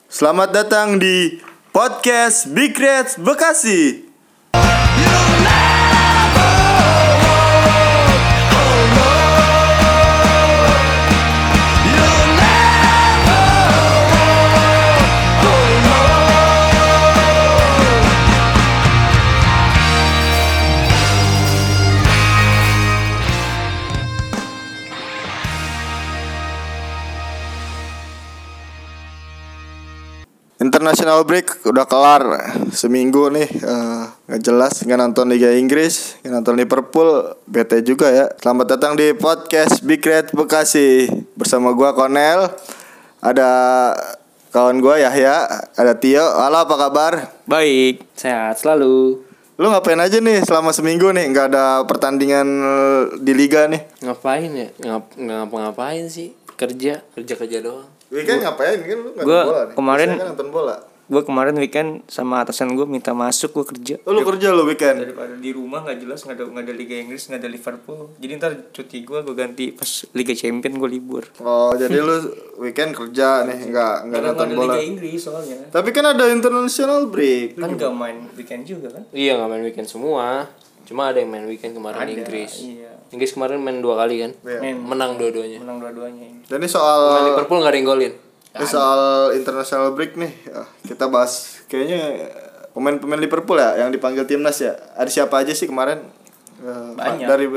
Selamat datang di podcast Big Reds Bekasi. International break udah kelar seminggu nih, nggak jelas, nggak nonton Liga Inggris, nggak nonton Liverpool, bete juga ya. Selamat datang di podcast Big Red Bekasi bersama gua Konel, ada kawan gua Yahya, ada Tio. Halo, apa kabar? Baik, sehat selalu. Lu ngapain aja nih selama seminggu nih? Nggak ada pertandingan di Liga nih? Ngapain ya? Ngapa-ngapain sih? Kerja doang. Weekend ngapain? Kan lu nggak Gua nonton bola nih. kemarin Biasanya kan nonton bola. Gue kemarin weekend sama atasan gue minta masuk, gue kerja. Oh, lu kerja lu weekend? Daripada di rumah nggak jelas, nggak ada Liga Inggris, nggak ada Liverpool. Jadi ntar cuti gue ganti pas Liga Champion, gue libur. Oh, jadi lu weekend kerja nih, nggak nonton ada bola. Liga Inggris soalnya. Tapi kan ada international break. Kan nggak main weekend juga kan? Iya, nggak main weekend semua. Cuma ada yang main weekend kemarin Ada, Inggris. iya. Inggris kemarin main 2 kali kan? Iya. Menang dua-duanya. Menang dua-duanya. Dan ini Main soal Liverpool nggak ada yang golin. international break nih. Kita bahas kayaknya pemain-pemain Liverpool ya yang dipanggil timnas ya. Ada siapa aja sih kemarin? Banyak. Dari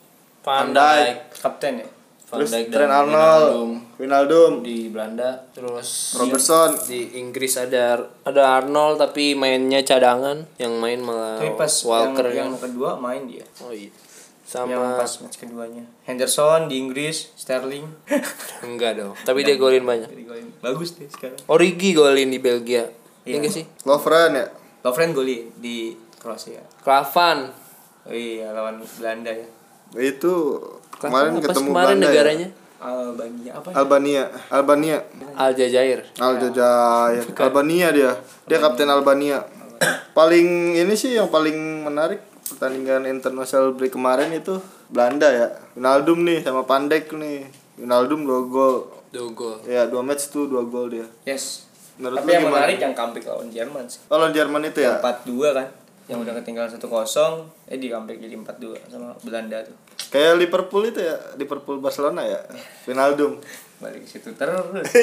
Van Dijk, Kapten ya. Van terus Dijk Trent dan Arnold, Wijnaldum, di Belanda, terus Robertson. di Inggris ada Arnold tapi mainnya cadangan, yang main malah Tapi pas Walker yang kan. kedua main dia. Oh iya. Yang Sama pas match keduanya. Henderson di Inggris, Sterling. enggak dong. Tapi dia golin banyak. Jadi golin. Bagus deh sekarang. Origi golin di Belgia. Iya Iya. enggak sih? Lovren ya. Lovren golin di Kroasia. Kravan. Oh iya, lawan Belanda ya. Itu kemarin Apa sih ketemu kemarin Belanda negaranya? Albania apa ya? Albania. Aljazair. Aljazair. Albania dia. Dia kapten Albania. Paling ini sih yang paling menarik pertandingan international break kemarin itu Belanda ya. Wijnaldum nih sama Van Dijk nih. Wijnaldum 2 gol. 2 gol. Ya, 2 match tuh 2 gol dia. Yes. Menurut Tapi lu yang gimana? menarik yang comeback lawan Jerman sih. Oh, lawan Jerman itu ya. 4-2 kan. Yang udah ketinggalan 1-0, di comeback jadi 4-2 sama Belanda tuh. Kayak Liverpool itu ya, Liverpool Barcelona ya. Wijnaldum. Balik ke situ terus.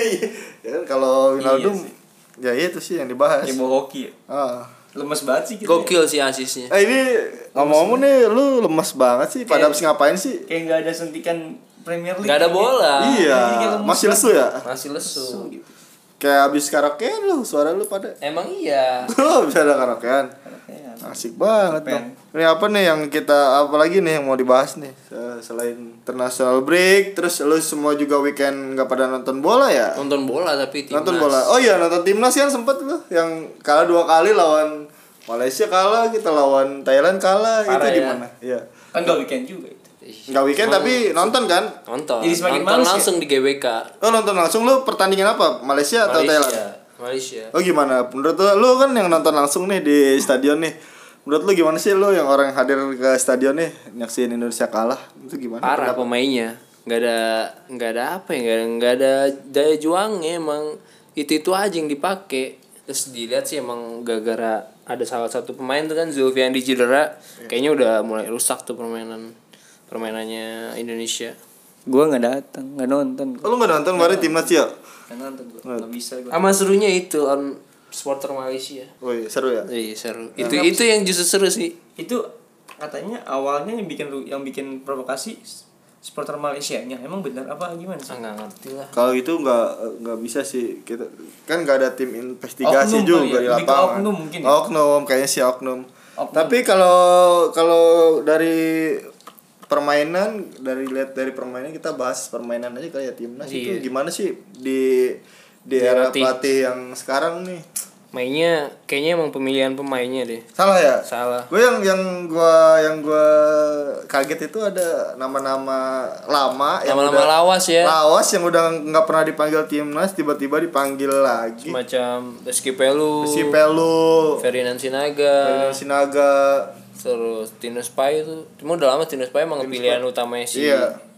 Ya kan kalau Wijnaldum Iya ya itu sih yang dibahas. Ya bawa hoki ya. Ah. Lemes banget sih kita. Gokil sih asisnya. Ini ngomong-ngomong nih, lu lemas banget sih. Pada habis ngapain sih? Kayak enggak ada suntikan Premier League. Gak ada bola. Iya, masih lesu ya. Masih lesu. Gitu. Kayak habis karaokean lu, suara lu pada. Emang iya. Lu bisa ada karaokean. Asik banget dong. Ini apa nih yang kita, apalagi nih yang mau dibahas nih selain international break, terus lu semua juga weekend nggak pada nonton bola ya? Nonton bola tapi timnas. Nonton bola. Oh iya, nonton timnas kan sempet lu yang kalah 2 kali lawan Malaysia kalah, kita lawan Thailand kalah. Parah itu ya. gimana? Iya. Kan enggak weekend juga itu. Nggak weekend tapi nonton kan? Nonton. Jadi semakin nonton males ya? langsung di GBK. Oh, nonton langsung. Lu pertandingan apa? Malaysia atau Thailand? Malaysia. Oh, gimana? Menurut lu kan yang nonton langsung nih di stadion nih. Menurut lu gimana sih lu yang orang hadir ke stadion nih nyaksiin Indonesia kalah? Itu gimana? Parah pemainnya. Nggak ada apa ya? Nggak ada daya juangnya, emang itu aja yang dipakai. Terus dilihat sih emang gara-gara ada salah satu pemain tuh kan Zulfian di cedera, kayaknya udah mulai rusak tuh permainannya Indonesia. Gua enggak datang, enggak nonton. Oh, lu nggak nonton kemarin timnas ya? Enggak nonton gua. Enggak bisa gua. Sama serunya itu on supporter Malaysia. Oh iya, seru ya. Iya seru. Itu yang justru seru sih. Itu katanya awalnya yang bikin provokasi supporter Malaysia-nya. Emang benar apa gimana sih? Nggak ngerti lah. Kalau itu nggak bisa sih, kita kan nggak ada tim investigasi Oknum juga kali ya? di Lebih ke lapangan. oknum mungkin ya? Oknum, kayaknya sih oknum. Tapi kalau dari permainan, lihat dari permainan, kita bahas permainan aja kali ya. Timnas itu gimana sih di era pelatih yang sekarang nih? Mainnya kayaknya emang pemilihan pemainnya deh. Salah ya? Salah. Gue yang gua kaget itu ada nama-nama lama yang Nama-nama udah lawas ya. Lawas yang udah nggak pernah dipanggil timnas tiba-tiba dipanggil lagi. Macam Rizky Pelu, Si Pelu, Ferdinand Sinaga, Sinaga. terus Tinus Pai itu. Cuma udah lama Tinus Pai emang pilihan utamanya si Iya.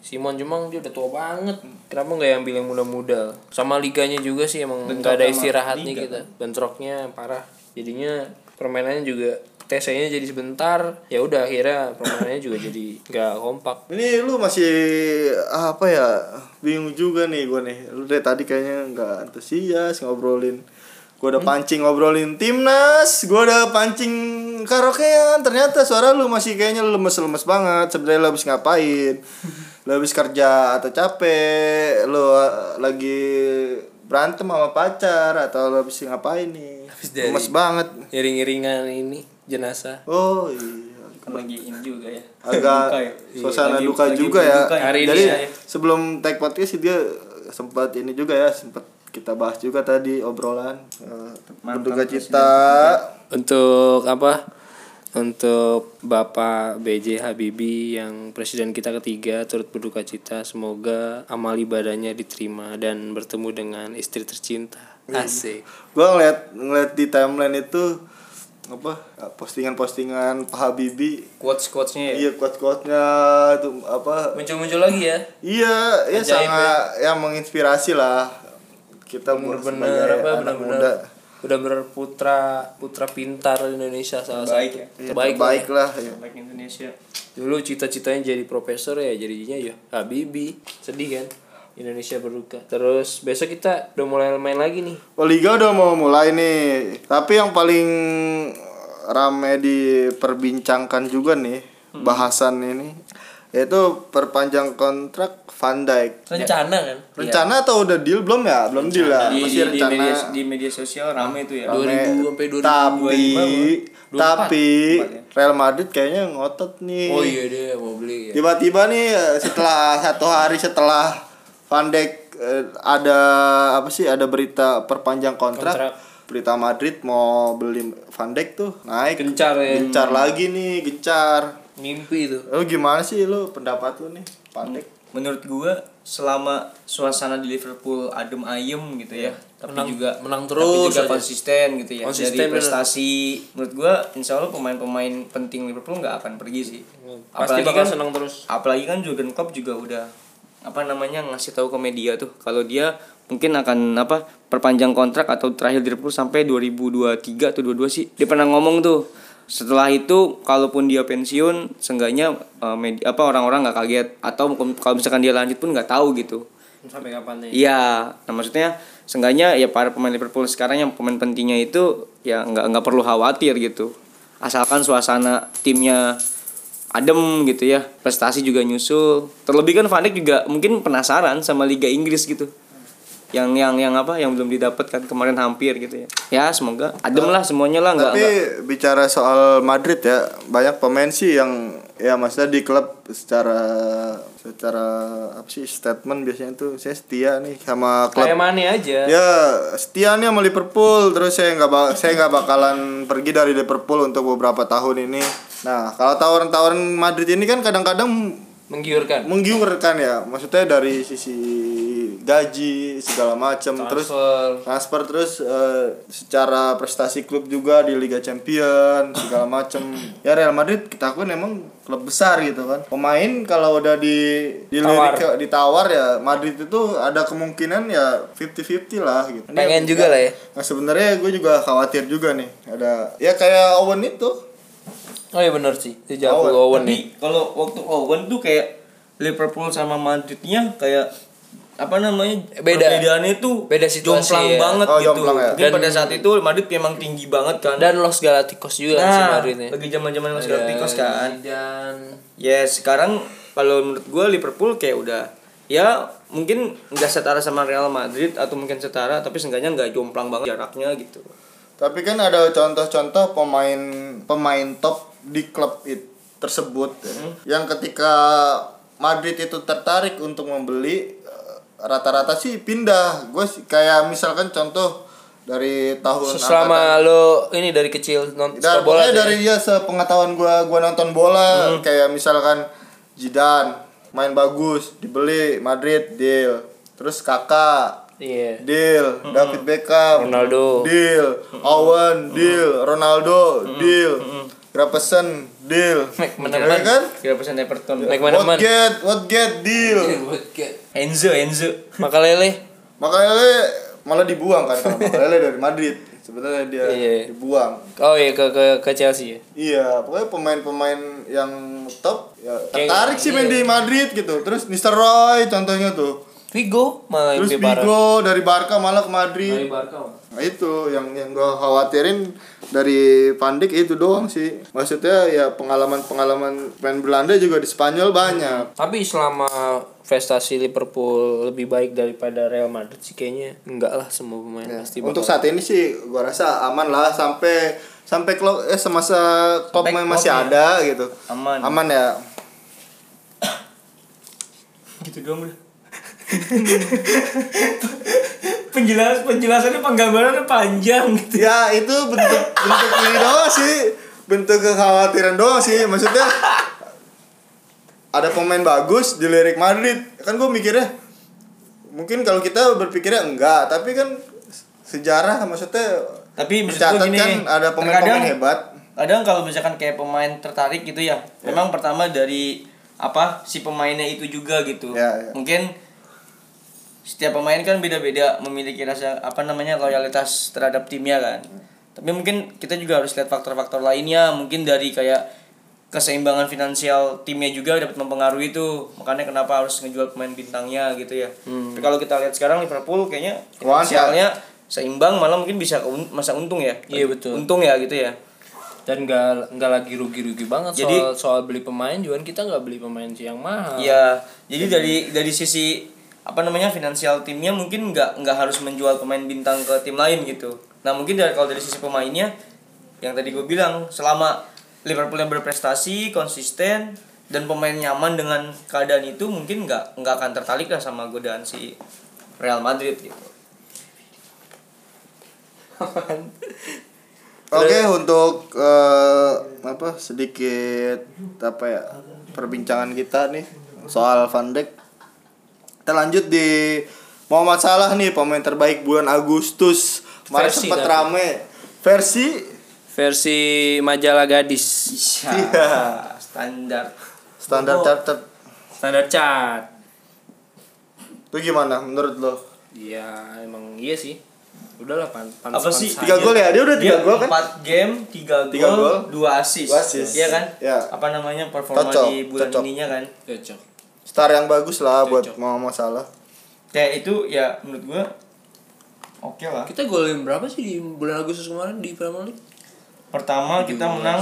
Simon cuma dia udah tua banget. Kenapa nggak ambil yang muda-muda? Sama liganya juga sih emang nggak Bentrok ada sama istirahatnya liga, kita. Bentroknya parah. Jadinya permainannya juga TC-nya jadi sebentar. Ya udah akhirnya permainannya juga jadi nggak kompak. Ini lu masih apa ya? Bingung juga nih gue nih. Lu dari tadi kayaknya nggak antusias ngobrolin. Gue udah pancing ngobrolin timnas, gue udah pancing karaokean. Ternyata suara lu masih kayaknya lemes-lemes banget. Sebenarnya lu habis ngapain? Lu habis kerja atau capek? Lu lagi berantem sama pacar atau lu habis ngapain nih? Lemes banget. Iring-iringan ini jenazah. Oh iya. Kan lagi ini juga ya. Agak Duka ya. suasana Lagi- duka lagi juga ya. berduka ya. Hari ini Jadi ya. sebelum tag podcast dia sempat ini juga ya, sempat kita bahas juga tadi obrolan Mantan berduka presiden cita. Untuk apa? Untuk Bapak B.J. Habibie yang presiden kita ketiga turut berduka cita. Semoga amal ibadahnya diterima dan bertemu dengan istri tercinta. Asik. Gua ngeliat di timeline itu apa postingan-postingan Pak Habibie. Quotes-quotesnya ya. Iya, quote-quote-nya itu apa? Muncul-muncul lagi ya. Iya, ya Ajaib sangat yang menginspirasi lah kita sebagai Bener-bener apa anak bener-bener muda. bener-bener putra pintar Indonesia salah Terbaik satu. ya. Iya, Terbaik terbaik lah. lah ya. Baik Indonesia. Dulu cita-citanya jadi profesor ya jadinya ya Habibie. Sedih kan? Indonesia berduka. Terus besok kita udah mulai main lagi nih. Oh, Liga udah mau mulai nih. Tapi yang paling rame diperbincangkan juga nih bahasan ini yaitu perpanjang kontrak Van Dijk. Rencana kan? Rencana atau udah deal belum ya? Belum deal ya. Di, Masih di rencana. media sosial rame itu ya. Rame. 2000 sampai 2000. Tapi 24 ya? Real Madrid kayaknya ngotot nih. Oh iya dia mau beli ya. Tiba-tiba nih setelah 1 hari setelah Van Dijk ada apa sih? Ada berita perpanjang kontrak. Berita Madrid mau beli Van Dijk tuh naik. Gencar ya. Gencar lagi nih, gencar. Mimpi itu. Lu gimana sih lu pendapat lu nih Van Dijk? Menurut gua selama suasana di Liverpool adem ayem gitu ya, tapi menang tapi terus juga aja. konsisten gitu ya. Konsisten, Dari bener. prestasi menurut gua insya Allah pemain-pemain penting Liverpool nggak akan pergi sih. Pasti bakal senang terus. Apalagi kan Jurgen Klopp juga udah ngasih tahu ke media tuh kalau dia mungkin akan perpanjang kontrak atau terakhir di Liverpool sampai 2023 atau 22 sih. Dia pernah ngomong tuh. Setelah itu kalaupun dia pensiun seenggaknya orang-orang nggak kaget atau kalau misalkan dia lanjut pun nggak tahu gitu. Sampai kapan nih? Iya, nah maksudnya seenggaknya ya para pemain Liverpool sekarang yang pemain pentingnya itu ya nggak perlu khawatir gitu. Asalkan suasana timnya adem gitu ya, prestasi juga nyusul. Terlebih kan Van Dijk juga mungkin penasaran sama Liga Inggris gitu. Yang belum didapatkan kemarin hampir gitu ya. Ya semoga adem lah semuanya lah nggak. Tapi bicara soal Madrid ya, banyak pemain sih yang ya maksudnya di klub secara apa sih statement biasanya tuh saya setia nih sama klub. Kayak Mane aja. Ya setia nih sama Liverpool, terus saya nggak bakalan pergi dari Liverpool untuk beberapa tahun ini. Nah kalau tawaran Madrid ini kan kadang-kadang menggiurkan ya, maksudnya dari sisi gaji segala macam, terus transfer terus secara prestasi klub juga di Liga Champion segala macam. Ya Real Madrid kita akui emang klub besar gitu kan. Pemain kalau udah ditawar ya Madrid itu ada kemungkinan ya 50-50 lah gitu. Pengen juga lah ya. Nah sebenarnya gue juga khawatir juga nih ada ya kayak Owen itu. Oh iya benar sih. Itu jago Owen nih. Tapi kalau waktu Owen tuh kayak Liverpool sama Madridnya kayak beda. Perbedaannya itu Beda situasi jomplang ya. banget Oh, gitu. jomplang ya. Mungkin pada saat itu Madrid memang tinggi banget kan. Dan Los Galacticos juga si Madridnya. Lagi zaman-zaman Los Galacticos kan. Dan Ya sekarang kalau menurut gue Liverpool kayak udah ya mungkin nggak setara sama Real Madrid atau mungkin setara tapi seenggaknya nggak jomplang banget jaraknya gitu. Tapi kan ada contoh-contoh pemain top di klub tersebut yang ketika Madrid itu tertarik untuk membeli rata-rata sih pindah. Gue kayak misalkan contoh dari tahun selama lo ini dari kecil nonton bola dari dia sepengetahuan gue nonton bola kayak misalkan Zidane main bagus dibeli Madrid deal, terus Kakak deal, David Beckham Ronaldo deal, Owen deal, Ronaldo deal, Grapersen deal. McManaman. Ya kan? 3% Everton. McManaman. What get deal. Enzo. Makalele. Makalele malah dibuang kan kalau Makalele dari Madrid. Sebenarnya dia Iya. dibuang. Oh iya ke Chelsea ya. Iya, pokoknya pemain-pemain yang top ya Kayak- tertarik sih main di Madrid gitu. Terus Nistelrooy contohnya tuh. Vigo malah Terus yang di Barca. Vigo dari Barca malah ke Madrid. Dari Barca. Nah itu yang gue khawatirin dari Van Dijk itu doang sih. Maksudnya ya pengalaman main Belanda juga di Spanyol banyak. Tapi selama prestasi Liverpool lebih baik daripada Real Madrid sih kayaknya enggak lah semua pemain Ya, pasti untuk bakal. saat ini sih gue rasa aman lah sampai semasa Klopp Sampai masih Klopp ada gitu. Aman Ya. Gitu doang udah. Penjelasannya penggambarannya panjang gitu. Ya itu bentuk ini doang sih, bentuk kekhawatiran doang sih. Maksudnya ada pemain bagus dilirik Madrid, kan gue mikirnya mungkin kalau kita berpikirnya enggak, tapi kan sejarah maksudnya Tapi maksud mencatat gua gini, kan ada pemain-pemain hebat. Kadang kalau misalkan kayak pemain tertarik gitu ya, memang pertama dari si pemainnya itu juga gitu. Ya. Mungkin setiap pemain kan beda-beda memiliki rasa loyalitas terhadap timnya kan. Tapi mungkin kita juga harus lihat faktor-faktor lainnya, mungkin dari kayak keseimbangan finansial timnya juga dapat mempengaruhi itu. Makanya kenapa harus ngejual pemain bintangnya gitu ya. Tapi kalau kita lihat sekarang Liverpool kayaknya finansialnya seimbang, malah mungkin bisa masa untung ya. Iya, betul. Untung ya gitu ya. Dan nggak lagi rugi banget Jadi- soal beli pemain juga kita nggak beli pemain yang mahal. Iya. Jadi dari sisi finansial timnya mungkin nggak harus menjual pemain bintang ke tim lain gitu. Nah mungkin kalau dari sisi pemainnya yang tadi gue bilang, selama Liverpool yang berprestasi konsisten dan pemain nyaman dengan keadaan itu, mungkin nggak akan tertarik lah sama godaan si Real Madrid gitu. Oke, untuk sedikit perbincangan kita nih soal Van Dijk. Kita lanjut di Mohamed Salah nih, pemain terbaik bulan Agustus. Kemarin Versi sempat tadi. rame. Versi majalah gadis. Iya. Standar Chartered. Standar chart. Itu gimana menurut lo? Iya, emang iya sih. Udahlah Apa sih? 3 gol ya? Dia udah 3 gol kan? 4 game, 3 Tiga gol, gol, 2 assist. 2 assist. Iya kan? Ya. Performa Cocok, di bulan cocok. ininya kan. Cocok. Star yang bagus lah buat Cocok. Mohamed Salah. Kayak itu ya menurut gua oke lah. Kita golin berapa sih di bulan Agustus kemarin di Premier League? Pertama kita menang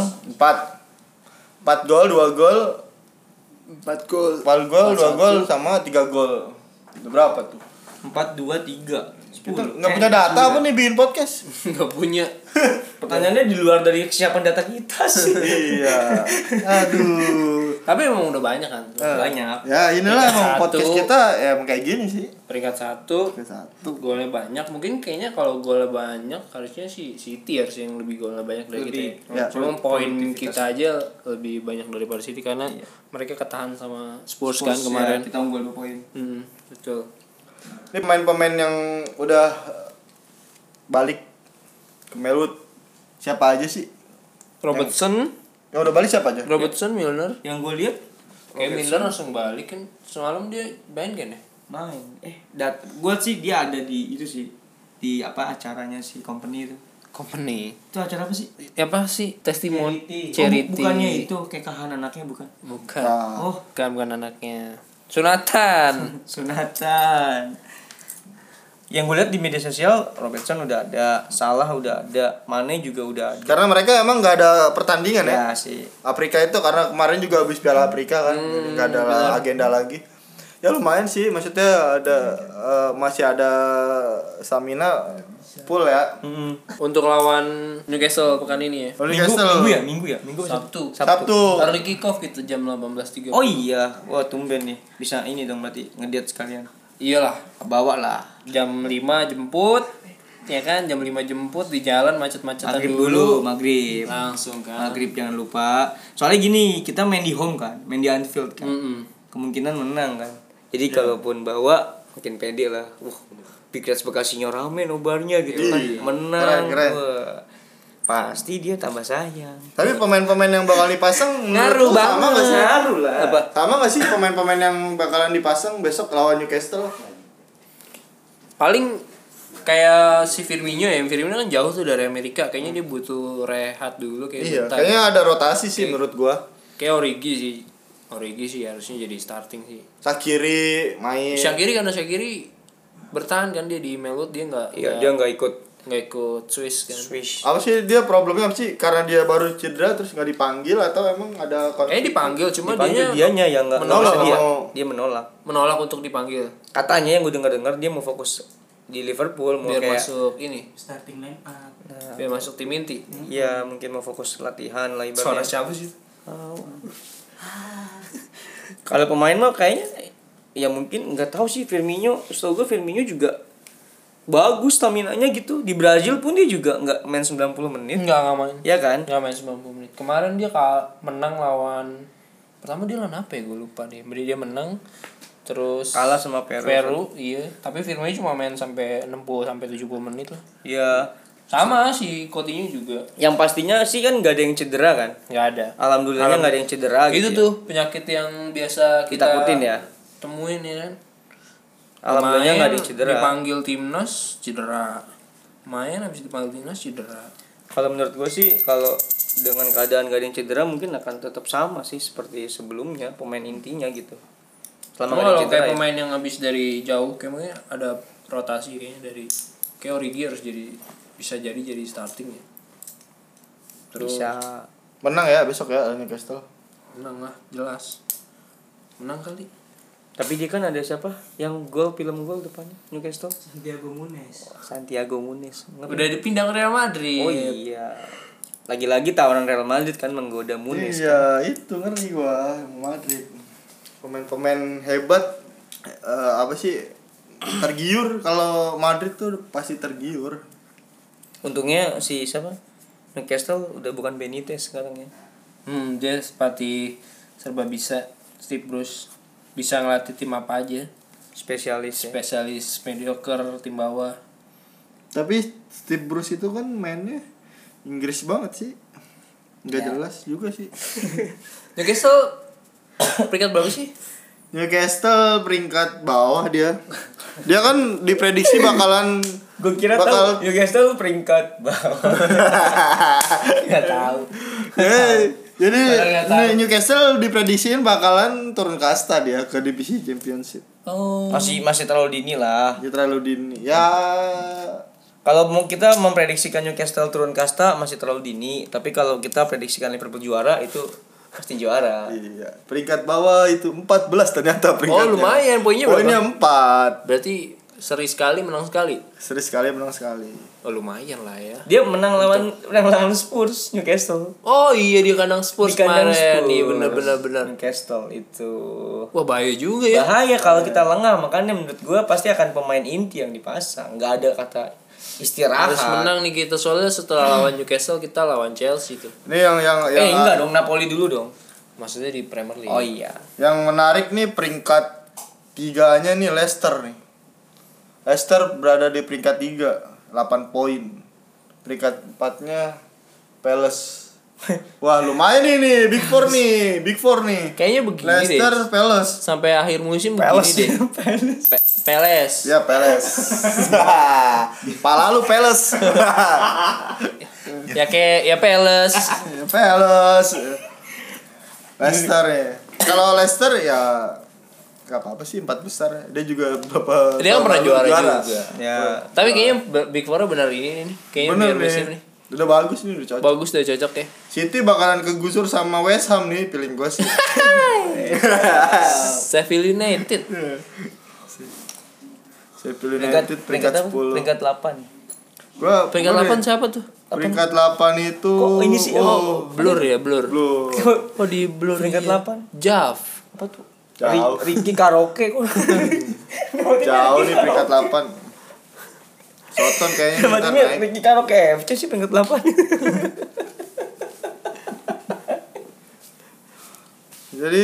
4 gol, 2 gol, 4 gol. 4 gol, 2 gol sama 3 gol. Itu berapa tuh? 4 2 3 10. Kita nggak punya data apa nih bikin podcast? Enggak punya. Pertanyaannya di luar dari kesiapan data kita sih. Iya. Aduh. Tapi emang udah banyak kan. Banyak. Ya inilah Peringkat emang 1. podcast kita ya emang kayak gini sih. Peringkat 1. Peringkat 1. Golnya banyak. Mungkin kayaknya kalau golnya banyak harusnya si City harus yang lebih golnya banyak dari Lebih, kita. ya. Cuma poin produktivitas. kita aja lebih banyak daripada City karena mereka ketahan sama Spurs kan Spurs, kemarin. ya, kita unggul 2 poin. Betul. Ini pemain-pemain yang udah balik ke Melwood siapa aja sih? Robertson, Yang udah balik siapa aja? Robertson, Milner. Yang gue lihat Kayak Milner langsung balik kan. Semalam dia main kan ya? main. Gue sih dia ada di itu sih. Di acaranya si company itu. Company. Itu acara apa sih? Apa sih? Testimoni. Oh, bukannya itu kekahan anaknya bukan? Bukan. Nah, Oh, Bukan anaknya. Sunatan. sunatan. Yang gue lihat di media sosial, Robertson udah ada, Salah udah ada, Mane juga udah ada. karena mereka emang nggak ada pertandingan ya. Ya sih. Afrika itu karena kemarin juga habis Piala Afrika kan, jadi nggak ada agenda lagi. Ya lumayan sih, maksudnya ada masih ada Samina full ya. Untuk lawan Newcastle pekan ini ya. Minggu ya? Sabtu. Early kick off gitu jam 18.30. Oh iya, wah tumben nih. Bisa ini dong berarti ngediat sekalian. Iyalah, Bawa lah. jam 5 jemput. Ya kan, jam 5 jemput di jalan macet-macetan Maghrib dulu. dulu, maghrib. Langsung kan. Maghrib jangan lupa. Soalnya gini, kita main di home kan, main di Anfield kan. Kemungkinan menang kan. Jadi kalaupun bawa makin pede lah. Big Reds Bekasinya rame nobarnya gitu kan. Iya, Menang. keren. Wah. pasti dia tambah sayang. Tapi pemain-pemain yang bakal dipasang Ngaruh menurut lu sama banget. nggak sih? Ngaruh lah. Apa? Sama nggak sih pemain-pemain yang bakalan dipasang besok lawan Newcastle? Paling kayak si Firmino ya, Firmino kan jauh tuh dari Amerika, kayaknya dia butuh rehat dulu kayak Iya, bentar. kayaknya ada rotasi sih menurut gua. Kayak Origi sih harusnya jadi starting sih. Shaqiri main. Shaqiri bertahan kan dia di Melwood, dia nggak Dia nggak ikut Swiss kan. Apa sih dia problemnya apa sih? Karena dia baru cedera terus nggak dipanggil atau emang ada Dipanggil cuma dipanggil dianya yang nggak menolak. dia menolak untuk dipanggil. katanya yang gue dengar dia mau fokus di Liverpool mau Biar kayak masuk ini, starting line up. biar masuk tim inti. ya mungkin mau fokus latihan lah Suara ibaratnya. siapa sih? Kalau pemain mah kayaknya ya mungkin nggak tahu sih. Firmino, setahu gue Firmino juga bagus staminanya gitu. Di Brazil pun dia juga nggak main 90 menit. Enggak main. Ya kan? Enggak main 90 menit. Kemarin dia menang lawan, pertama dia lawan apa ya, gue lupa deh. Dia menang terus Kalah sama Peru. Iya, tapi Firmino cuma main sampai 60 sampai 70 menit lah. Ya, Sama si Coutinho juga. yang pastinya sih kan nggak ada yang cedera kan. Nggak ada. Alhamdulillahnya nggak ada yang cedera Itu gitu. tuh penyakit yang biasa kita Ditakutin ya. temuin ya kan. Alhamdulillah nggak ada yang Main, cedera. Dipanggil timnas cedera. Main habis dipanggil timnas cedera. Kalau menurut gue sih kalau dengan keadaan gak ada yang cedera mungkin akan tetap sama sih seperti sebelumnya pemain intinya gitu. Selama Cuma nggak ada kalau yang cedera kayak ya. pemain yang habis dari jauh kayaknya ada rotasi kayaknya dari kayak Origi harus bisa jadi starting ya. Terus Bisa. menang ya besok ya Newcastle. menang lah jelas. Menang kali. Tapi dia kan ada siapa yang film gol depannya Newcastle? Santiago Muniz. Udah dipindah ke Real Madrid. Oh iya. Lagi-lagi tawaran Real Madrid kan menggoda Muniz. Iya, itu ngeri gua Madrid. Pemain-pemain hebat apa sih tergiur kalau Madrid tuh pasti tergiur. Untungnya si siapa? Newcastle udah bukan Benitez sekarang ya. Dia seperti serba bisa. Steve Bruce bisa ngelatih tim apa aja. Spesialis ya. Spesialis mediocre tim bawah. Tapi Steve Bruce itu kan mainnya Inggris banget sih. Nggak jelas juga sih. Newcastle peringkat berapa sih? Newcastle peringkat bawah dia. Dia kan diprediksi bakalan Gue kira tahu Newcastle peringkat bawah. Enggak tahu. Jadi Padahal nggak tahu. Newcastle diprediksiin bakalan turun kasta dia ke divisi Championship. Oh. Masih terlalu dini lah. Dia terlalu dini. Ya Kalau mau kita memprediksikan Newcastle turun kasta masih terlalu dini, tapi kalau kita prediksikan Liverpool juara itu pasti juara. iya, peringkat bawah itu 14 ternyata peringkatnya. lumayan, poinnya berapa? Poinnya 4. Berarti seri sekali menang sekali. Seri sekali menang sekali. Oh lumayan lah ya. Dia menang lawan Spurs Newcastle. Oh iya dia kandang Spurs Di kandang kemarin. Spurs. Iya benar. Newcastle itu. Wah bahaya juga ya. Bahaya kalau kita lengah, makanya menurut gua pasti akan pemain inti yang dipasang. Nggak ada kata istirahat. Harus menang nih kita soalnya setelah lawan Newcastle kita lawan Chelsea tuh. Ini yang Enggak dong, Napoli dulu dong. Maksudnya di Premier League. Oh iya. Yang menarik nih peringkat 3-nya nih Leicester nih. Leicester berada di peringkat 3, 8 poin. Peringkat 4-nya Palace. Wah, lumayan ini Big Four nih. Kayaknya begini Leicester, deh. Palace. Sampai akhir musim begini deh. Palace. Ya, Palace. Pala lu Palace. Ya kayak ya Palace. Palace. Leicester ya. Kalau Leicester ya gak apa-apa sih 4 besar. Dia juga beberapa Dia kan pernah juara juga. Ya. Tapi kayaknya Big Four benar ini nih. Kayaknya Bener biar musim nih. nih. Udah bagus nih, udah cocok. Bagus udah cocok ya. City bakalan kegusur sama West Ham nih, feeling gue sih. Sheffield United. Sheffield United peringkat 10. Peringkat 8. Gua Peringkat 8 siapa tuh? Peringkat 8 itu Kok ini sih? Blur ya, blur. Blur. Oh di blur Peringkat iya. 8. Jav. Apa tuh? Jauh. Ricky Karaoke kok. Jauh nih peringkat 8. Soton kayaknya ntar Namanya naik. Ricky Karaoke FC sih peringkat 8. Jadi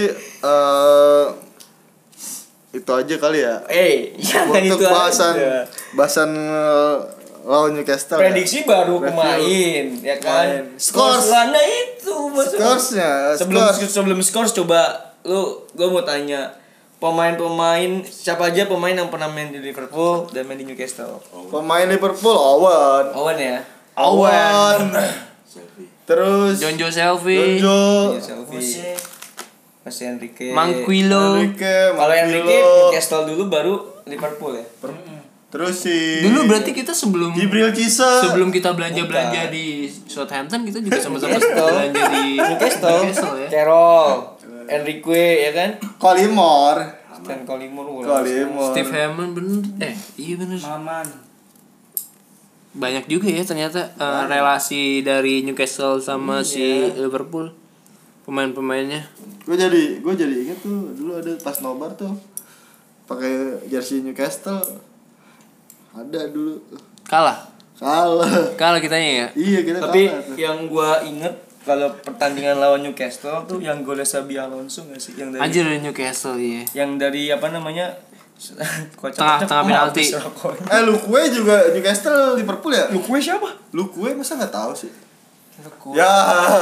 itu aja kali ya. Jangan Untuk itu bahasan aja. bahasan lawan Newcastle. Prediksi baru pemain, ya kan. Scores. Lana itu Scoresnya, sebelum scores coba gue mau tanya pemain-pemain siapa aja pemain yang pernah main di Liverpool dan main di Newcastle. Pemain Liverpool Owen. Owen ya. Owen. Terus Jonjo Selvi, Jonjo. Selfie. Masih Enrique. Manquillo. Kalau Enrique Newcastle dulu baru Liverpool ya. Terus si Dulu berarti kita sebelum Jibril Cisse. sebelum kita belanja di Southampton kita juga sama-sama Newcastle. belanja di Newcastle ya. Carroll, Enrique ya kan. Collymore. Stan Collymore. Steve Hammond bener. Iya bener. Maman. Banyak juga ya ternyata relasi dari Newcastle sama si Liverpool pemain-pemainnya. Gue jadi inget tuh dulu ada pas nobar tuh pakai jersey Newcastle. Ada dulu. Kalah kitanya ya. Iya kita Tapi kalah tuh. yang gua inget kalau pertandingan lawan Newcastle tuh yang golnya Xabi Alonso nggak sih yang dari Anjir dari Newcastle ya. yang dari apa namanya Tengah penalti. Luque juga Newcastle Liverpool ya? Luque siapa? Luque masa nggak tahu sih? Luque. Ya.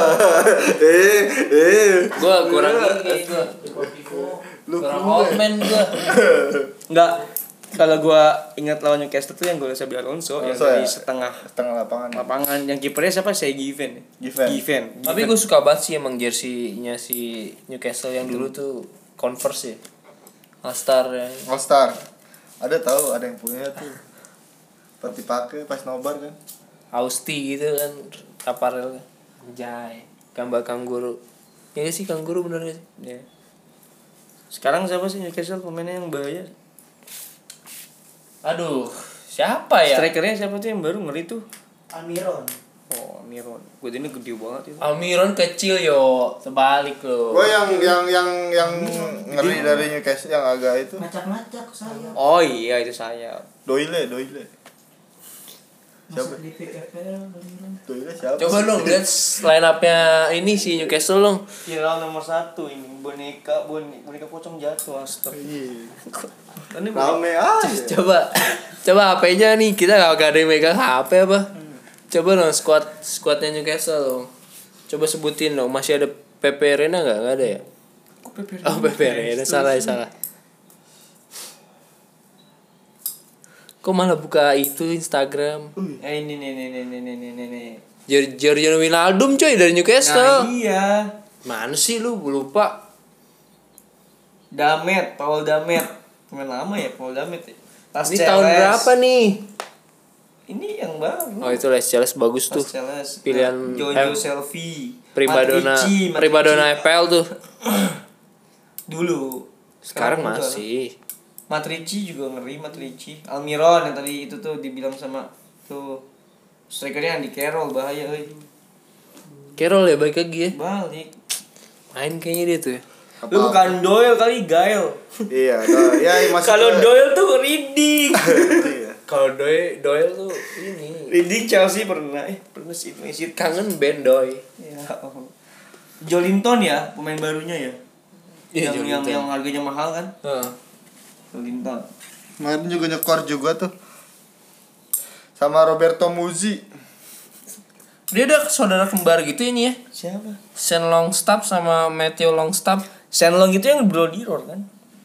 Gua kurang ini gua. Kurang old man gua. Enggak. Kalau gua ingat lawan Newcastle tuh yang golnya Xabi Alonso yang dari setengah lapangan yang kipernya siapa? Saya Given. Tapi gue suka banget sih emang jersey-nya si Newcastle yang dulu tuh Converse ya. All Star ya. All Star. Ada tahu ada yang punya tuh. Seperti pakai pas nobar kan. Austi gitu kan aparelnya. Anjay. Gambar kanguru. Ya sih kanguru bener sih. Ya. Sekarang siapa sih Newcastle pemainnya yang bahaya? Aduh, siapa ya? Strikernya siapa tuh yang baru ngeri tuh? Almiron. Oh, Miron. Gue ini gede banget itu. Almiron kecil yo, sebalik lo. Gue yang ngeri dari Newcastle yang agak itu. Macak-macak saya. Oh iya itu saya. Doyle. Siapa? Masuk di PFL Almiron. Doyle siapa? Coba dong lihat line up-nya ini si Newcastle dong. Viral nomor 1 ini boneka pocong jatuh astaga. Iya. Ini Rame aja. Coba HP-nya nih, kita gak ada yang megang HP apa? Coba dong squadnya Newcastle dong. Coba sebutin dong, masih ada Pepe Reina enggak? Enggak ada ya? Oh, Pepe Reina salah. Kok malah buka itu Instagram? ini. Giorgio Wijnaldum coy dari Newcastle. Nah, iya. Mana sih lu lupa? Paul Damet. Pemain lama ya Paul Damet ya. Ini tahun berapa nih? Ini yang baru. Oh itu Les Celes bagus tuh. Pilihan Jojo Selfie. Primadona Matrici. FPL tuh. Dulu. Sekarang udah. masih. Matrici juga ngeri Matrici. Almiron yang tadi itu tuh dibilang sama tuh strikernya Andy Carroll bahaya euy. Carroll ya balik lagi ya. Balik. Main kayaknya dia tuh ya. Lu bukan Doyle kali Gael. Iya, masih. Kalau Doyle tuh reading. Iya. Kalau Doyle tuh ini Reading Chelsea pernah sih kangen band Doyle. ya. Jolinton ya pemain barunya ya. Iya, yang harganya mahal kan? Heeh. Jolinton. Kemarin juga nyekor juga tuh. Sama Roberto Muzzi. Dia udah saudara kembar gitu ini ya. Siapa? Shane Longstaff sama Matthew Longstaff. Shenlong itu yang Brodiror kan?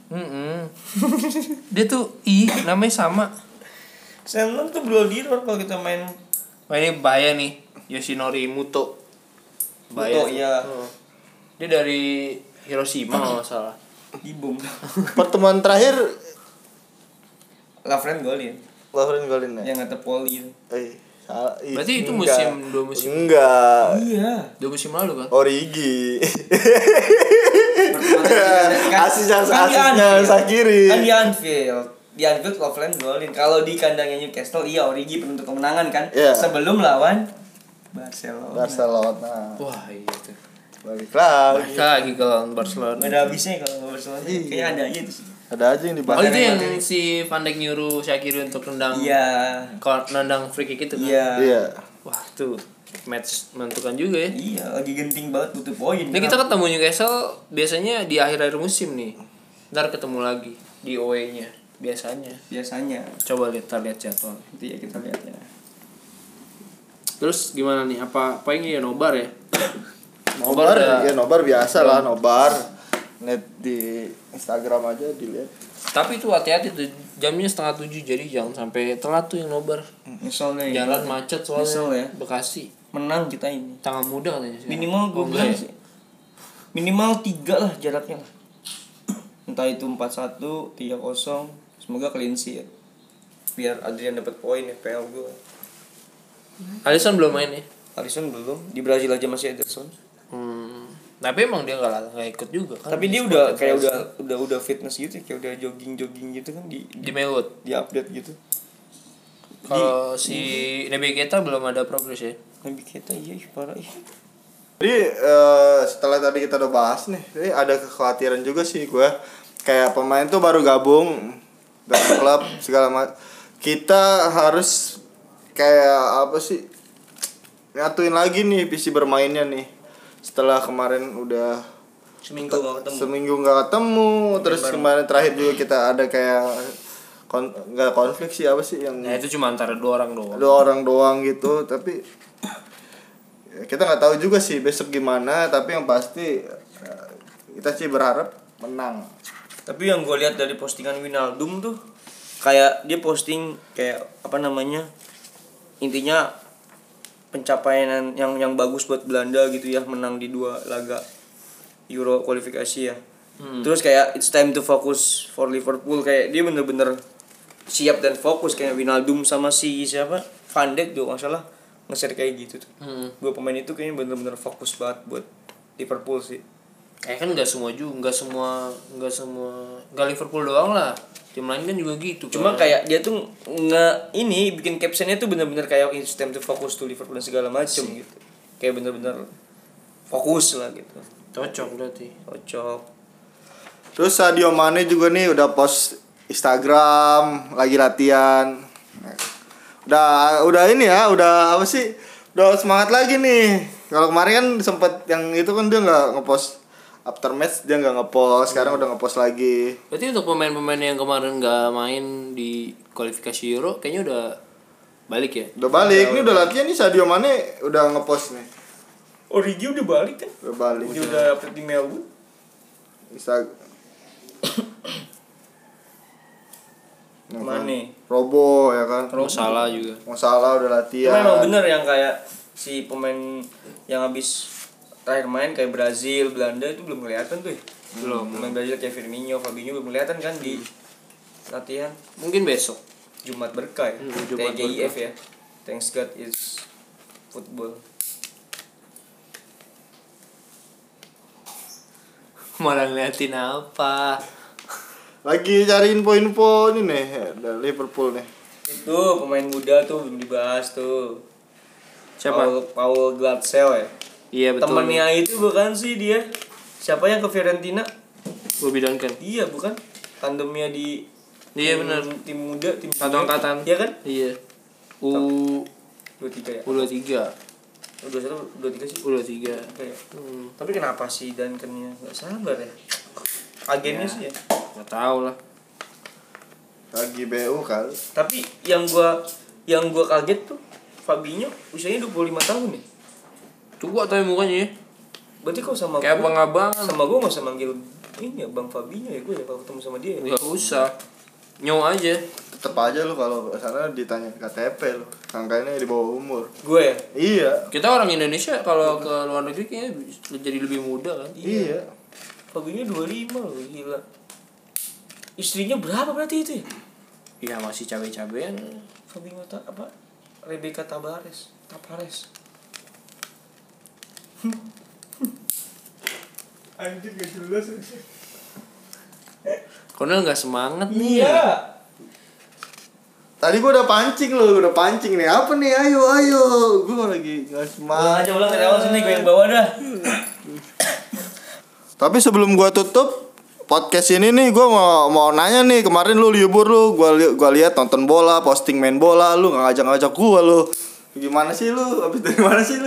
Dia tuh namanya sama. Shenlong tuh Brodiror kalau kita main. Wah ini bahaya nih. Yoshinori Muto. Muto ya. Dia dari Hiroshima kalau nggak salah. Dibom. Pertemuan terakhir Lovren golin. Golin ya. Yang kata Poli. Salah. Berarti itu Enggak. dua musim. Enggak. Iya. 2 musim lalu kan? Origi. Asisnya Sakiri. Kan di Anfield. Di Anfield Lovren golin. Kalau di kandangnya Newcastle iya Origi penentu kemenangan kan? Iya. Sebelum lawan Barcelona. Wah iya tuh. Balik lagi. Lagi ke lawan Barcelona. Gak ada habisnya kalau Barcelona. Kayaknya ada aja itu sih. Ada aja yang Oh dibahas. itu yang si Van Dijk nyuruh Shaqiri untuk nendang. Iya. Nendang free kick itu kan? Iya. Wah tuh match menentukan juga ya. Iya, lagi genting banget butuh poin. Ini kita ketemu Newcastle biasanya di akhir-akhir musim nih. Ntar ketemu lagi di away-nya biasanya. biasanya. Coba lihat jadwal. Itu ya kita lihat ya. Terus gimana nih? Apa ini ya nobar ya? Nobar udah- ya, nobar biasa lah, nobar. Net di Instagram aja dilihat. Tapi itu hati-hati tuh, jamnya 6:30 jadi jangan sampai telat tuh yang nobar. Misalnya Jalan macet soalnya. Misal ya. Bekasi. menang kita ini. Tangan muda katanya sih. Minimal gue enggak bilang ya? sih. Minimal 3 lah jaraknya lah. Entah itu 4-1, 3-0. Semoga clean sheet ya. Biar Adrian dapat poin FPL gue. Alisson belum main ya? Alisson belum. Di Brazil aja masih Ederson. Tapi emang dia nggak ikut juga kan. Tapi dia udah kayak udah fitness gitu, kayak udah jogging gitu kan di Melwood. di update gitu. Kalau si Naby Keita belum ada progres ya. Nabi kita iya parah iya. Jadi setelah tadi kita udah bahas nih, jadi ada kekhawatiran juga sih gue. Kayak pemain tuh baru gabung dari klub segala macam. Kita harus kayak apa sih? Nyatuin lagi nih visi bermainnya nih. Setelah kemarin udah seminggu nggak ketemu, terus kemarin terakhir juga kita ada kayak nggak konflik sih, apa sih yang Nah itu cuma antara dua orang doang gitu. Tapi ya, kita nggak tahu juga sih besok gimana, tapi yang pasti kita sih berharap menang. Tapi yang gue lihat dari postingan Wijnaldum tuh kayak dia posting kayak apa namanya, intinya pencapaian yang bagus buat Belanda gitu ya, menang di 2 laga Euro kualifikasi ya. Terus kayak it's time to focus for Liverpool, kayak dia bener-bener siap dan fokus. Kayak Wijnaldum sama si siapa Van Dijk juga nggak salah nge-share kayak gitu tuh. 2 pemain itu kayaknya bener-bener fokus banget buat Liverpool sih. Kayak kan nggak semua nggak Liverpool doang lah. Tim lain kan juga gitu. Cuma kayak dia tuh ini bikin captionnya tuh bener-bener kayak it's time to focus to Liverpool dan segala macem gitu. Kayak bener-bener fokus lah gitu. cocok berarti. Cocok. Terus Sadio Mane juga nih udah post Instagram lagi latihan. Udah ini ya, udah apa sih? Udah semangat lagi nih. Kalau kemarin kan sempet yang itu kan dia nggak ngepost after match, dia nggak ngepost. Sekarang udah ngepost lagi. Berarti untuk pemain-pemain yang kemarin nggak main di kualifikasi Euro kayaknya udah balik ya? Udah balik nih, udah latihan nih Sadio Mane udah ngepost nih. Origi udah balik kan? Udah balik. Dia udah update di Melwood. Mane, Robo ya kan. Salah juga. Masalah udah latihan. Cuma emang bener yang kayak si pemain yang habis terakhir main kayak Brazil, Belanda itu belum kelihatan tuh ya. Belum. Pemain Brazil kayak Firmino, Fabinho belum kelihatan kan di latihan. Mungkin besok. Jumat berkah ya. Jumat TGIF ya. Thanks God is football. Malah ngeliatin apa? Lagi cari info-info ini nih dari Liverpool nih. Itu pemain muda tuh belum dibahas tuh. Siapa? Paul Glatzel ya. Iya betul. Temennya itu bukan sih dia. Siapa yang ke Fiorentina? Bobby Duncan. Iya bukan. Tandemnya di Iya benar. Tim muda, tim Satu angkatan. Iya kan? Iya. U23 ya. U23. U21, U23 sih. U23. Oke. Tapi kenapa sih Duncan-nya enggak sabar ya? Agennya sih ya. Enggak tahu lah. Lagi BU kali. Tapi yang gua kaget tuh Fabinho usianya 25 tahun nih. Tua tapi mukanya ya. Berarti kau sama Kayak gua, abang-abangan. sama gua enggak usah manggil ini ya Bang Fabinho ya, gua ya kalau ketemu sama dia. Ya. Enggak usah. Nyow aja. Tetep aja lu kalau sana ditanya KTP lu. Angkanya di bawah umur. Gue ya. Iya. Kita orang Indonesia kalau ke luar negeri kayaknya jadi lebih muda kan. Iya. Fabinho 25 loh, gila. Istrinya berapa berarti itu ya? Iya masih cabe-cabean. Fabinho apa? Rebecca Tapares. Anjir gak jelas. Konel nggak semangat nih. Iya. Tadi gua udah pancing nih. Apa nih? Ayo. Gua lagi enggak semangat. Aja ulang dari awal sini gue yang bawa dah. Tapi sebelum gua tutup podcast ini nih, gua mau nanya nih, kemarin lu libur lu, gua lihat nonton bola, posting main bola, lu enggak ngajak-ngajak gua lu. Gimana sih lu? Habis dari mana sih lu?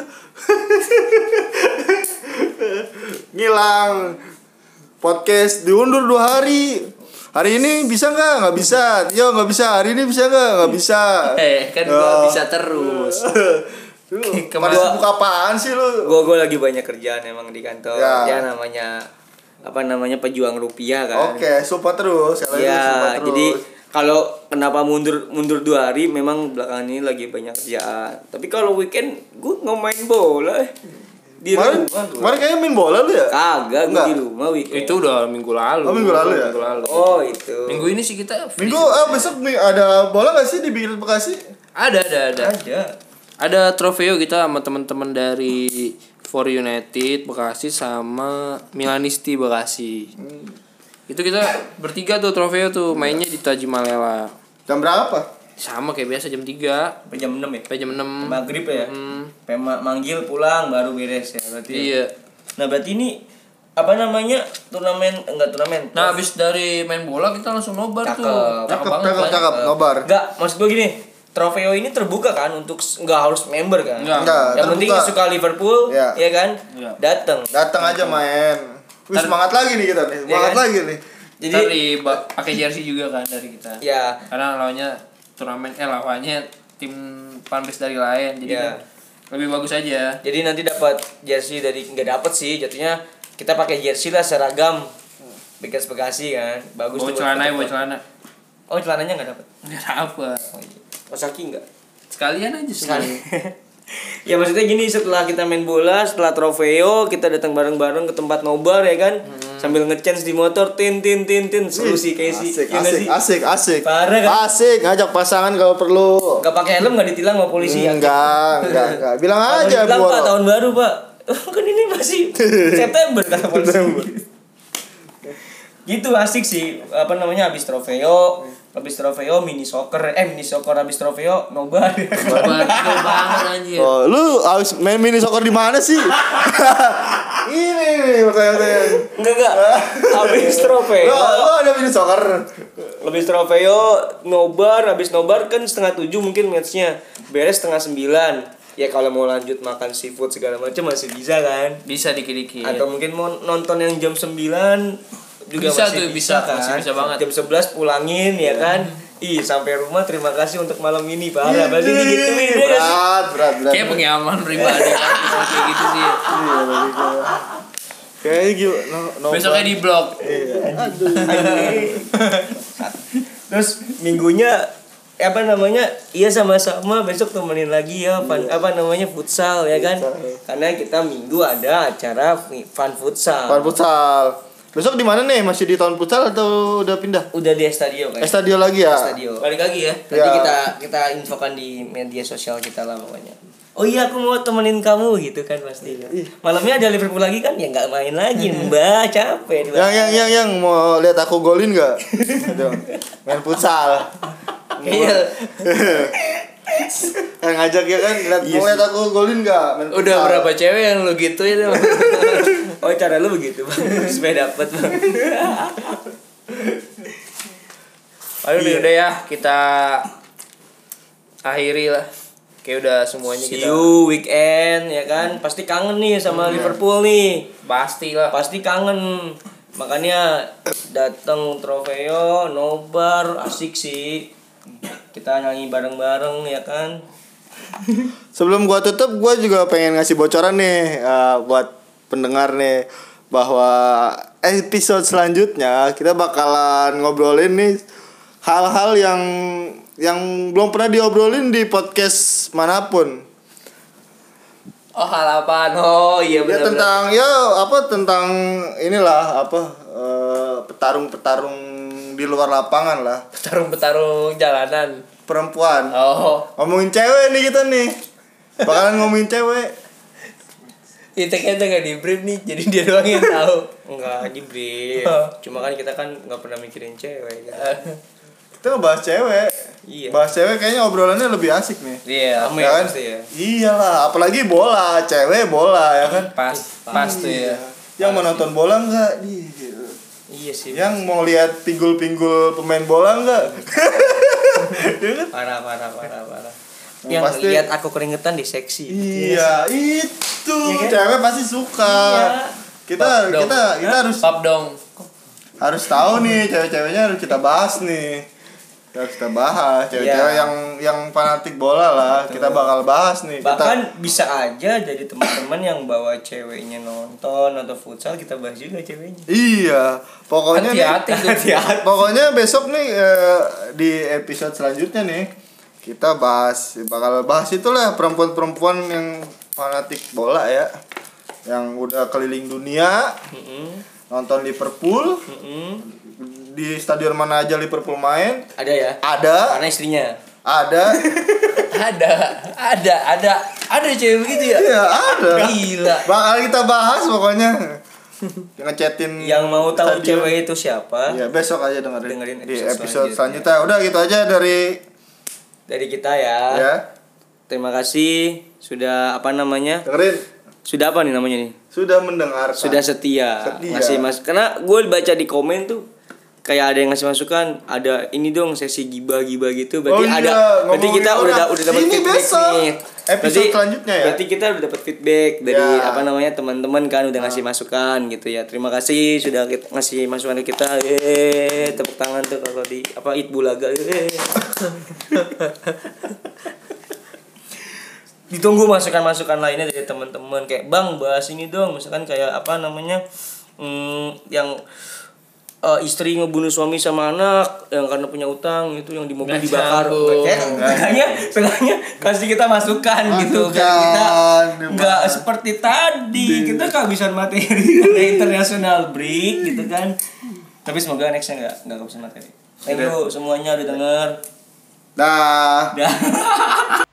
Ngilang. Podcast diundur 2 hari. Hari ini bisa nggak? Nggak bisa. Yo nggak bisa. Hari ini bisa nggak? Nggak bisa. Kan gua bisa terus. Lu Kemarin- pada sibuk apaan sih lu? Gue lagi banyak kerjaan emang di kantor. Ya. Ya namanya pejuang rupiah kan. Oke, support terus. Kalau itu Ya, support terus. jadi kalau kenapa mundur 2 hari memang belakangan ini lagi banyak kerjaan. Tapi kalau weekend gue nggak main bola. Di kemarin rumah gua. kemarin kayaknya main bola lu ya? Kagak, gue Enggak. di rumah weekend. Itu udah minggu lalu. Oh, minggu lalu ya? Minggu lalu. Oh, itu. Minggu ini sih kita free Minggu sih. besok ada bola gak sih di Big Red Bekasi? Ada. Ada. Ada trofeo kita sama teman-teman dari For United Bekasi sama Milanisti Bekasi. Itu kita bertiga tuh trofeo tuh mainnya di Tajimalela. Jam berapa? Sama kayak biasa jam 3 Sampai jam 6 ya? sampai jam 6. Maghrib ya? Sampai manggil pulang baru beres ya berarti. Iya. Nah, berarti ini apa namanya? Enggak turnamen. Nah, habis dari main bola kita langsung nobar Cakep. tuh. Cakep, nobar. Enggak, maksud gue gini. Trofeo ini terbuka kan untuk nggak harus member kan? Enggak. Yang penting terbuka. suka Liverpool, Ya. ya kan? Iya. Datang. Datang aja main. Wih, semangat lagi nih kita nih. Semangat kan? lagi nih. Jadi Jadi pakai jersey juga kan dari kita. ya, Karena lawannya tim fanbase dari lain. Jadi Ya. kan lebih bagus aja. jadi nanti dapat jersey dari nggak dapat sih, jatuhnya kita pakai jersey lah seragam. Bekasi kan. Bagus Bawa tuh. celana ya, bawa celana. Oh, celananya nggak dapat. Enggak apa. Oh, iya. Osaki enggak? Sekalian aja sekali. Ya maksudnya gini, setelah kita main bola, setelah trofeo, kita datang bareng-bareng ke tempat nobar ya kan, sambil nge-chance di motor, tin seru sih kayak sih. Asik, Iya nggak sih? asik. Parah kan? Asik, ngajak pasangan kalau perlu. Gak pakai helm gak ditilang sama polisi ya? Enggak. Bilang Kalau aja dibilang, Pak, buat. tahun baru Pak. Kan ini masih September kata polisi. Gitu asik sih, apa namanya, habis trofeo mini soccer habis trofeo nobar. Betul banget anjir. Oh, lu harus main mini soccer di mana sih? Ini nih pertanyaan. Enggak. Habis trofeo. Lu ada mini soccer? Habis trofeo habis nobar kan 6:30 mungkin matchnya. Beres 8:30. Ya kalau mau lanjut makan seafood segala macam masih bisa kan? Bisa dikit-dikit. Atau mungkin mau nonton yang jam 9 juga Bisa masih tuh, bisa kan? masih bisa banget. Jam 11 pulangin ya kan? Sampai rumah terima kasih untuk malam ini, parah. Berarti digituin ya kan? Berat. Kayak pengalaman pribadi kan kayak gitu sih. Kayak gitu. Besoknya di blog. Terus minggunya apa namanya, iya sama-sama besok temenin lagi ya futsal ya kan, karena kita minggu ada acara fun futsal. Besok di mana nih? Masih di tahun futsal atau udah pindah? Udah di Estadio kan? Estadio lagi ya? Estadio. Balik lagi ya. Nanti Ya. kita infokan di media sosial kita lah pokoknya. Oh iya, aku mau temenin kamu gitu kan pasti. Malamnya ada Liverpool lagi kan? Ya nggak main lagi, Mbak, capek. Yang mau lihat aku golin nggak? Aduh, main futsal. Iya. Yang ngajak ya kan, mau lihat aku golin nggak? Main Udah futsal. berapa cewek yang lu gituin emang? Oh, cara lu begitu, Bang. Supaya dapet, Bang. Ayo udah ya, kita akhiri lah. Kayak udah semuanya See kita you weekend ya kan. Pasti kangen nih sama Liverpool nih. pasti lah. Pasti kangen. Makanya datang trofeo, nobar, asik sih. Kita nyanyi bareng-bareng ya kan. Sebelum gua tutup, gua juga pengen ngasih bocoran nih buat pendengar nih, bahwa episode selanjutnya kita bakalan ngobrolin nih hal-hal yang belum pernah diobrolin di podcast manapun. Oh, halapan. Oh iya Ya benar. tentang inilah petarung-petarung di luar lapangan lah, Petarung-petarung jalanan. perempuan. Oh, Ngomongin cewek nih kita nih. Bakalan ngomongin cewek. kita nggak di brief nih, jadi dia doang yang tahu. Enggak di brief. Cuma kan kita kan enggak pernah mikirin cewek kan. Kita ngebahas cewek. Iya. Bahas cewek kayaknya obrolannya lebih asik nih. Iya, Ame Ya kan? pasti ya. Iyalah, apalagi bola, cewek bola ya kan. pas tuh ya. Yang mau nonton bola enggak? Iya sih. Yang mau lihat pinggul-pinggul pemain bola enggak? Parah. Yang Pasti. lihat aku keringetan di seksi. Iya, itu. Iya kan? Cewek pasti suka. Iya. Kita harus Pap dong. tahu nih cewek-ceweknya, harus kita bahas nih. Harus kita bahas cewek-cewek yang fanatik bola lah. Kita bakal bahas nih. Bahkan bisa aja jadi teman-teman yang bawa ceweknya nonton atau futsal, kita bahas juga ceweknya. Iya, pokoknya Hati-hati. pokoknya besok nih di episode selanjutnya nih kita bakal bahas itulah perempuan-perempuan yang fanatik bola ya, yang udah keliling dunia, nonton Liverpool, di stadion mana aja Liverpool main. Ada ya? Ada. Karena istrinya. Ada. ada cewek begitu ya. Iya ada. Gila. Bakal kita bahas pokoknya. Ngechatin Yang mau tahu stadion. cewek itu siapa? Iya besok aja dengerin di episode episode selanjutnya. Udah gitu aja dari kita ya. ya. Terima kasih sudah Dengerin. Sudah apa nih namanya nih? Sudah mendengarkan. Sudah setia. Ngasih karena gue baca di komen tuh kayak ada yang ngasih masukan, ada ini dong sesi gibah gitu. Berarti berarti kita udah dapat feedback nih. Episode selanjutnya ya. Berarti kita udah dapat feedback dari teman-teman kan udah ngasih masukan gitu ya. Terima kasih sudah ngasih masukan ke kita. Tepuk tangan tuh kalau di It Bulaga. Ditunggu masukan-masukan lainnya dari teman-teman kayak Bang bahas ini dong, misalkan kayak yang istri ngebunuh suami sama anak yang karena punya utang itu yang di mobil dibakar. Sengaja kasih kita masukan gitu biar kita nggak seperti tadi kita kehabisan materi ada international break gitu kan. Tapi semoga nextnya nggak kehabisan materi. Thank you semuanya udah denger. Dah.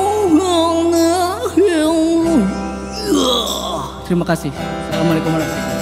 Terima kasih. Assalamualaikum warahmatullahi wabarakatuh.